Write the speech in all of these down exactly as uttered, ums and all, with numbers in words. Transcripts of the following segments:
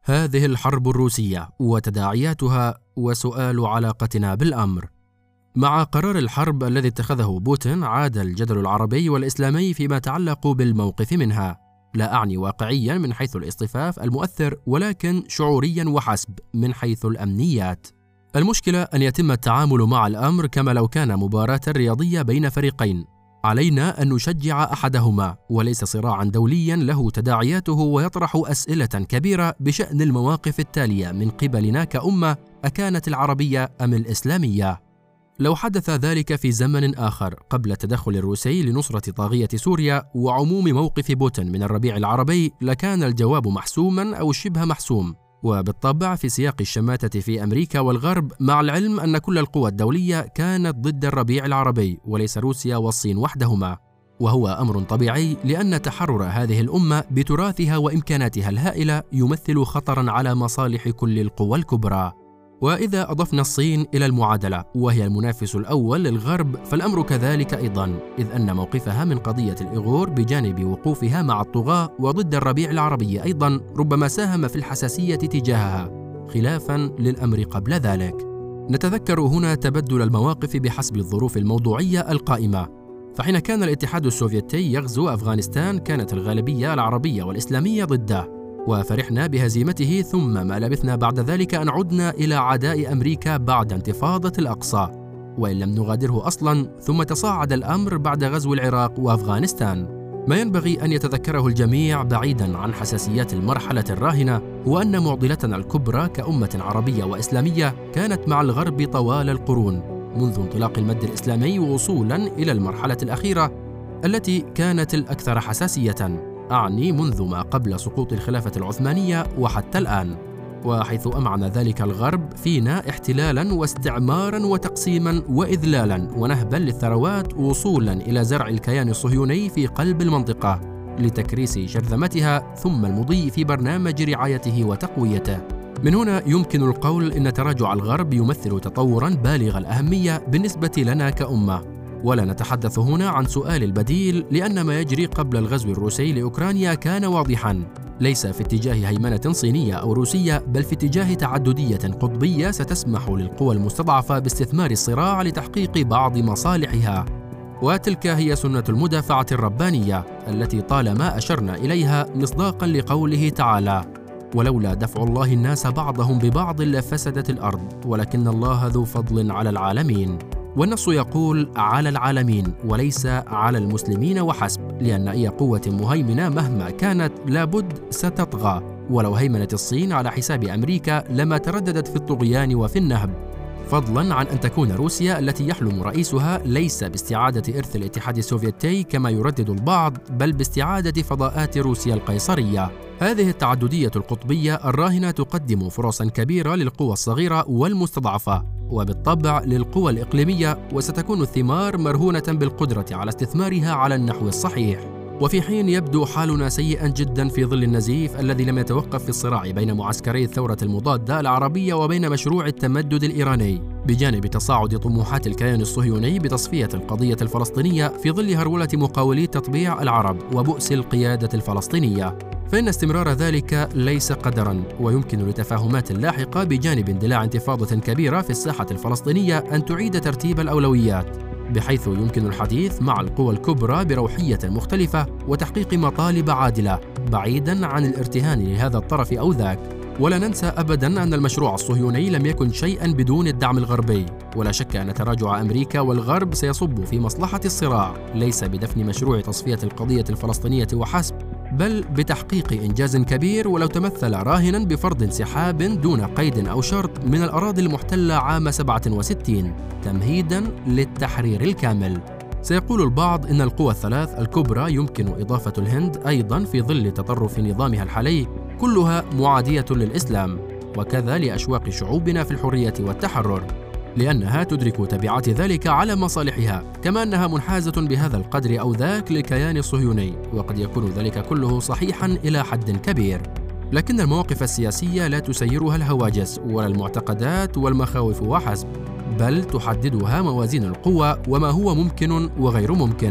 هذه الحرب الروسية وتداعياتها وسؤال علاقتنا بالأمر. مع قرار الحرب الذي اتخذه بوتين عاد الجدل العربي والإسلامي فيما يتعلق بالموقف منها، لا أعني واقعيا من حيث الاصطفاف المؤثر، ولكن شعوريا وحسب من حيث الأمنيات. المشكلة أن يتم التعامل مع الأمر كما لو كان مباراة رياضية بين فريقين، علينا أن نشجع أحدهما وليس صراعا دوليا له تداعياته ويطرح أسئلة كبيرة بشأن المواقف التالية من قبلنا كأمة، أكانت العربية أم الإسلامية؟ لو حدث ذلك في زمن آخر قبل التدخل الروسي لنصرة طاغية سوريا وعموم موقف بوتين من الربيع العربي لكان الجواب محسوما أو شبه محسوم، وبالطبع في سياق الشماتة في أمريكا والغرب، مع العلم أن كل القوى الدولية كانت ضد الربيع العربي وليس روسيا والصين وحدهما، وهو أمر طبيعي لأن تحرر هذه الأمة بتراثها وإمكاناتها الهائلة يمثل خطرا على مصالح كل القوى الكبرى. وإذا أضفنا الصين إلى المعادلة وهي المنافس الأول للغرب فالأمر كذلك أيضا، إذ أن موقفها من قضية الإيغور بجانب وقوفها مع الطغاة وضد الربيع العربي أيضا ربما ساهم في الحساسية تجاهها، خلافا للأمر قبل ذلك. نتذكر هنا تبدل المواقف بحسب الظروف الموضوعية القائمة، فحين كان الاتحاد السوفيتي يغزو أفغانستان كانت الغالبية العربية والإسلامية ضده، وفرحنا بهزيمته، ثم ما لبثنا بعد ذلك أن عدنا إلى عداء أمريكا بعد انتفاضة الأقصى، وإن لم نغادره أصلا، ثم تصاعد الأمر بعد غزو العراق وأفغانستان. ما ينبغي أن يتذكره الجميع بعيدا عن حساسيات المرحلة الراهنة هو أن معضلتنا الكبرى كأمة عربية وإسلامية كانت مع الغرب طوال القرون، منذ انطلاق المد الإسلامي وصولا إلى المرحلة الأخيرة التي كانت الأكثر حساسية، أعني منذ ما قبل سقوط الخلافة العثمانية وحتى الآن، وحيث أمعن ذلك الغرب فينا احتلالا واستعمارا وتقسيما وإذلالا ونهبا للثروات، وصولا إلى زرع الكيان الصهيوني في قلب المنطقة لتكريس شرذمتها، ثم المضي في برنامج رعايته وتقويته. من هنا يمكن القول إن تراجع الغرب يمثل تطورا بالغ الأهمية بالنسبة لنا كأمة، ولا نتحدث هنا عن سؤال البديل، لأن ما يجري قبل الغزو الروسي لأوكرانيا كان واضحا، ليس في اتجاه هيمنة صينية أو روسية، بل في اتجاه تعددية قطبية ستسمح للقوى المستضعفة باستثمار الصراع لتحقيق بعض مصالحها. وتلك هي سنة المدافعة الربانية التي طالما أشرنا إليها مصداقا لقوله تعالى: ولولا دفع الله الناس بعضهم ببعض لفسدت الأرض ولكن الله ذو فضل على العالمين. والنص يقول على العالمين وليس على المسلمين وحسب، لأن أي قوة مهيمنة مهما كانت لابد ستطغى، ولو هيمنت الصين على حساب أمريكا لما ترددت في الطغيان وفي النهب، فضلا عن أن تكون روسيا التي يحلم رئيسها ليس باستعادة إرث الاتحاد السوفيتي كما يردد البعض، بل باستعادة فضاءات روسيا القيصرية. هذه التعددية القطبية الراهنة تقدم فرصا كبيرة للقوى الصغيرة والمستضعفة، وبالطبع للقوى الإقليمية، وستكون الثمار مرهونة بالقدرة على استثمارها على النحو الصحيح. وفي حين يبدو حالنا سيئا جدا في ظل النزيف الذي لم يتوقف في الصراع بين معسكري الثورة المضادة العربية وبين مشروع التمدد الإيراني، بجانب تصاعد طموحات الكيان الصهيوني بتصفية القضية الفلسطينية في ظل هرولة مقاولي تطبيع العرب وبؤس القيادة الفلسطينية، فإن استمرار ذلك ليس قدرا، ويمكن لتفاهمات لاحقة بجانب اندلاع انتفاضة كبيرة في الساحة الفلسطينية أن تعيد ترتيب الأولويات، بحيث يمكن الحديث مع القوى الكبرى بروحية مختلفة وتحقيق مطالب عادلة بعيدا عن الارتهان لهذا الطرف أو ذاك. ولا ننسى أبدا أن المشروع الصهيوني لم يكن شيئا بدون الدعم الغربي، ولا شك أن تراجع أمريكا والغرب سيصب في مصلحة الصراع، ليس بدفن مشروع تصفية القضية الفلسطينية وحسب، بل بتحقيق إنجاز كبير ولو تمثل راهنا بفرض انسحاب دون قيد أو شرط من الأراضي المحتلة عام سبعة وستين تمهيدا للتحرير الكامل. سيقول البعض إن القوى الثلاث الكبرى يمكن إضافة الهند أيضا في ظل تطرف نظامها الحالي، كلها معادية للإسلام، وكذا لأشواق شعوبنا في الحرية والتحرر، لأنها تدرك تبعات ذلك على مصالحها، كما أنها منحازة بهذا القدر أو ذاك للكيان الصهيوني، وقد يكون ذلك كله صحيحا إلى حد كبير. لكن المواقف السياسية لا تسيرها الهواجس ولا المعتقدات والمخاوف وحسب، بل تحددها موازين القوى وما هو ممكن وغير ممكن.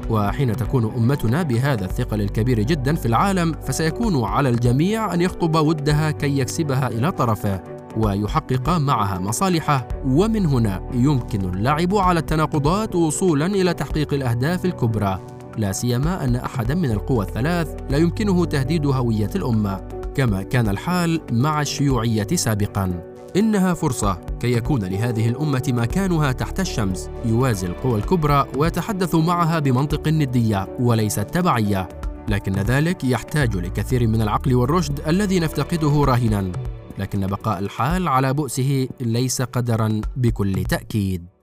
وحين تكون أمتنا بهذا الثقل الكبير جدا في العالم، فسيكون على الجميع أن يخطب ودها كي يكسبها إلى طرفه ويحقق معها مصالحه، ومن هنا يمكن اللعب على التناقضات وصولا إلى تحقيق الأهداف الكبرى، لا سيما أن أحدا من القوى الثلاث لا يمكنه تهديد هوية الأمة كما كان الحال مع الشيوعية سابقا. إنها فرصة كي يكون لهذه الأمة مكانها تحت الشمس، يوازي القوى الكبرى ويتحدث معها بمنطق الندية وليس التبعية، لكن ذلك يحتاج لكثير من العقل والرشد الذي نفتقده راهنا، لكن بقاء الحال على بؤسه ليس قدرا بكل تأكيد.